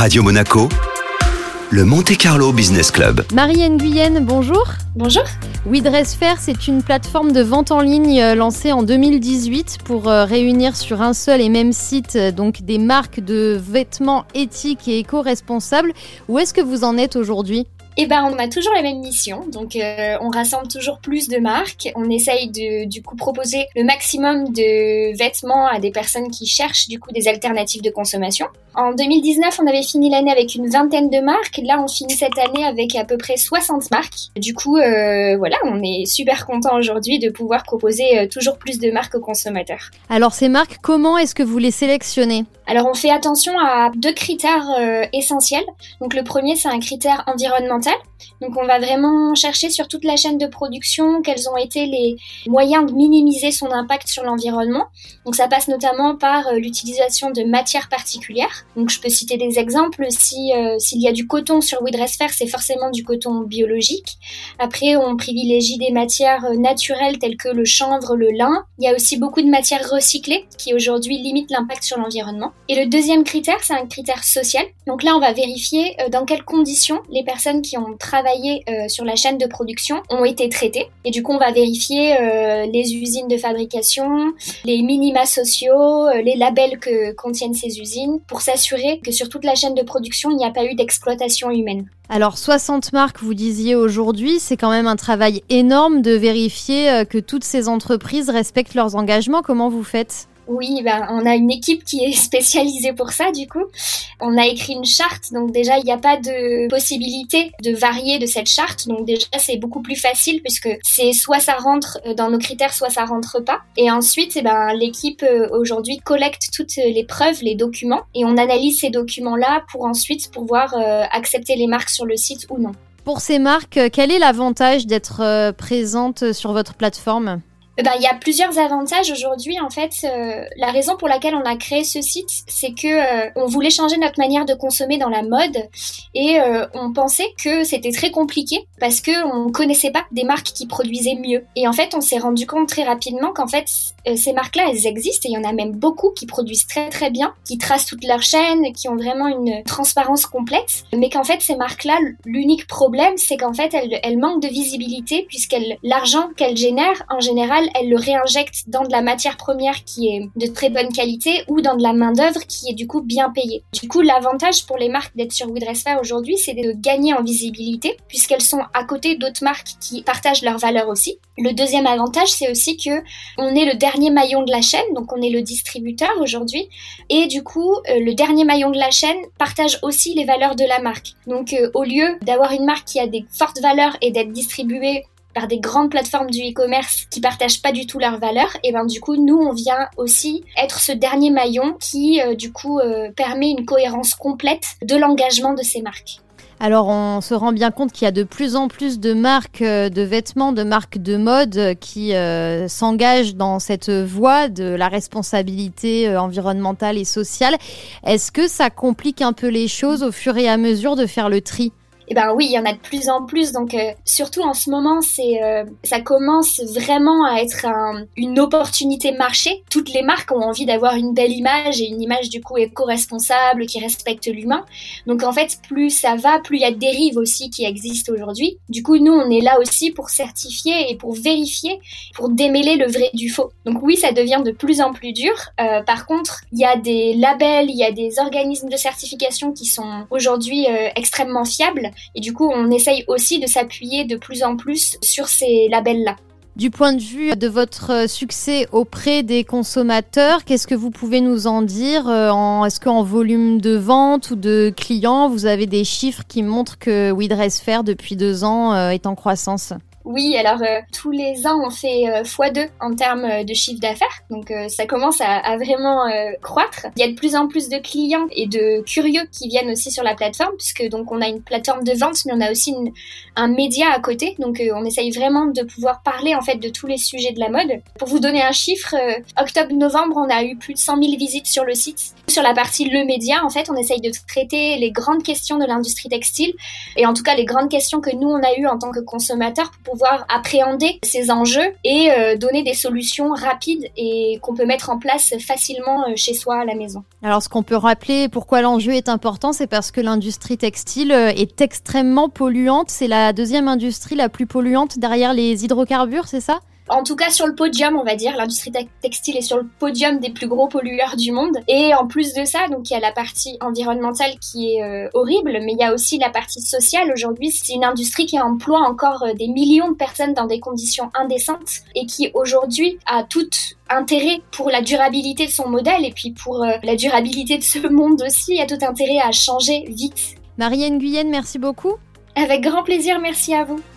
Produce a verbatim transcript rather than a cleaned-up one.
Radio Monaco, le Monte Carlo Business Club. Marie Nguyen, bonjour. Bonjour. WeDressFair, c'est une plateforme de vente en ligne lancée en deux mille dix-huit pour réunir sur un seul et même site donc des marques de vêtements éthiques et éco-responsables. Où est-ce que vous en êtes aujourd'hui ? Eh ben, on a toujours la même mission, donc euh, on rassemble toujours plus de marques. On essaye de du coup proposer le maximum de vêtements à des personnes qui cherchent du coup des alternatives de consommation. En deux mille dix-neuf, on avait fini l'année avec une vingtaine de marques. Là, on finit cette année avec à peu près soixante marques. Du coup, euh, voilà, on est super content aujourd'hui de pouvoir proposer euh, toujours plus de marques aux consommateurs. Alors ces marques, comment est-ce que vous les sélectionnez ? Alors on fait attention à deux critères euh, essentiels. Donc le premier, c'est un critère environnemental. Donc on va vraiment chercher sur toute la chaîne de production quels ont été les moyens de minimiser son impact sur l'environnement. Donc ça passe notamment par euh, l'utilisation de matières particulières. Donc je peux citer des exemples. Si euh, s'il y a du coton sur WeDressFair, c'est forcément du coton biologique. Après, on privilégie des matières naturelles telles que le chanvre, le lin. Il y a aussi beaucoup de matières recyclées qui aujourd'hui limitent l'impact sur l'environnement. Et le deuxième critère, c'est un critère social. Donc là, on va vérifier euh, dans quelles conditions les personnes qui ont travaillé euh, sur la chaîne de production ont été traitées. Et du coup, on va vérifier euh, les usines de fabrication, les minima sociaux, euh, les labels que contiennent ces usines, pour s'assurer que sur toute la chaîne de production, il n'y a pas eu d'exploitation humaine. Alors soixante marques, vous disiez aujourd'hui, c'est quand même un travail énorme de vérifier que toutes ces entreprises respectent leurs engagements. Comment vous faites ? Oui, ben, on a une équipe qui est spécialisée pour ça, du coup. On a écrit une charte, donc déjà, il n'y a pas de possibilité de varier de cette charte. Donc déjà, c'est beaucoup plus facile puisque c'est soit ça rentre dans nos critères, soit ça rentre pas. Et ensuite, eh ben, l'équipe aujourd'hui collecte toutes les preuves, les documents, et on analyse ces documents-là pour ensuite pouvoir euh, accepter les marques sur le site ou non. Pour ces marques, quel est l'avantage d'être euh, présente sur votre plateforme ? Ben, il y a plusieurs avantages aujourd'hui. En fait, euh, la raison pour laquelle on a créé ce site, c'est que euh, on voulait changer notre manière de consommer dans la mode et euh, on pensait que c'était très compliqué parce que on connaissait pas des marques qui produisaient mieux. Et en fait, on s'est rendu compte très rapidement qu'en fait, euh, ces marques-là, elles existent et il y en a même beaucoup qui produisent très très bien, qui tracent toute leur chaîne, qui ont vraiment une transparence complète. Mais qu'en fait, ces marques-là, l'unique problème, c'est qu'en fait, elles, elles manquent de visibilité puisqu'elles, l'argent qu'elles génèrent, en général, elle le réinjecte dans de la matière première qui est de très bonne qualité ou dans de la main-d'œuvre qui est du coup bien payée. Du coup, l'avantage pour les marques d'être sur WeDressFair aujourd'hui, c'est de gagner en visibilité puisqu'elles sont à côté d'autres marques qui partagent leurs valeurs aussi. Le deuxième avantage, c'est aussi que on est le dernier maillon de la chaîne, donc on est le distributeur aujourd'hui, et du coup, euh, le dernier maillon de la chaîne partage aussi les valeurs de la marque. Donc, euh, au lieu d'avoir une marque qui a des fortes valeurs et d'être distribuée par des grandes plateformes du e-commerce qui partagent pas du tout leurs valeurs, et ben du coup nous on vient aussi être ce dernier maillon qui euh, du coup euh, permet une cohérence complète de l'engagement de ces marques. Alors on se rend bien compte qu'il y a de plus en plus de marques de vêtements, de marques de mode qui euh, s'engagent dans cette voie de la responsabilité environnementale et sociale. Est-ce que ça complique un peu les choses au fur et à mesure de faire le tri ? Eh ben oui, il y en a de plus en plus, donc euh, surtout en ce moment, c'est euh, ça commence vraiment à être un, une opportunité marché. Toutes les marques ont envie d'avoir une belle image et une image du coup éco-responsable qui respecte l'humain. Donc en fait, plus ça va, plus il y a de dérives aussi qui existent aujourd'hui. Du coup, nous, on est là aussi pour certifier et pour vérifier, pour démêler le vrai du faux. Donc oui, ça devient de plus en plus dur. Euh, par contre, il y a des labels, il y a des organismes de certification qui sont aujourd'hui euh, extrêmement fiables. Et du coup, on essaye aussi de s'appuyer de plus en plus sur ces labels-là. Du point de vue de votre succès auprès des consommateurs, qu'est-ce que vous pouvez nous en dire ? en, Est-ce qu'en volume de vente ou de clients, vous avez des chiffres qui montrent que WeDressFair, depuis deux ans, est en croissance ? Oui, alors euh, tous les ans on fait euh, fois deux en termes euh, de chiffre d'affaires, donc euh, ça commence à, à vraiment euh, croître. Il y a de plus en plus de clients et de curieux qui viennent aussi sur la plateforme, puisque donc on a une plateforme de vente, mais on a aussi une, un média à côté, donc euh, on essaye vraiment de pouvoir parler en fait de tous les sujets de la mode. Pour vous donner un chiffre, euh, octobre-novembre on a eu plus de cent mille visites sur le site. Sur la partie le média, en fait, on essaye de traiter les grandes questions de l'industrie textile, et en tout cas les grandes questions que nous on a eues en tant que consommateurs pour pouvoir appréhender ces enjeux et euh, donner des solutions rapides et qu'on peut mettre en place facilement euh, chez soi à la maison. Alors ce qu'on peut rappeler pourquoi l'enjeu est important, c'est parce que l'industrie textile est extrêmement polluante. C'est la deuxième industrie la plus polluante derrière les hydrocarbures, c'est ça ? En tout cas, sur le podium, on va dire, l'industrie textile est sur le podium des plus gros pollueurs du monde. Et en plus de ça, donc il y a la partie environnementale qui est euh, horrible, mais il y a aussi la partie sociale. Aujourd'hui, c'est une industrie qui emploie encore euh, des millions de personnes dans des conditions indécentes et qui aujourd'hui a tout intérêt pour la durabilité de son modèle et puis pour euh, la durabilité de ce monde aussi, a tout intérêt à changer vite. Marie Nguyen, merci beaucoup. Avec grand plaisir, merci à vous.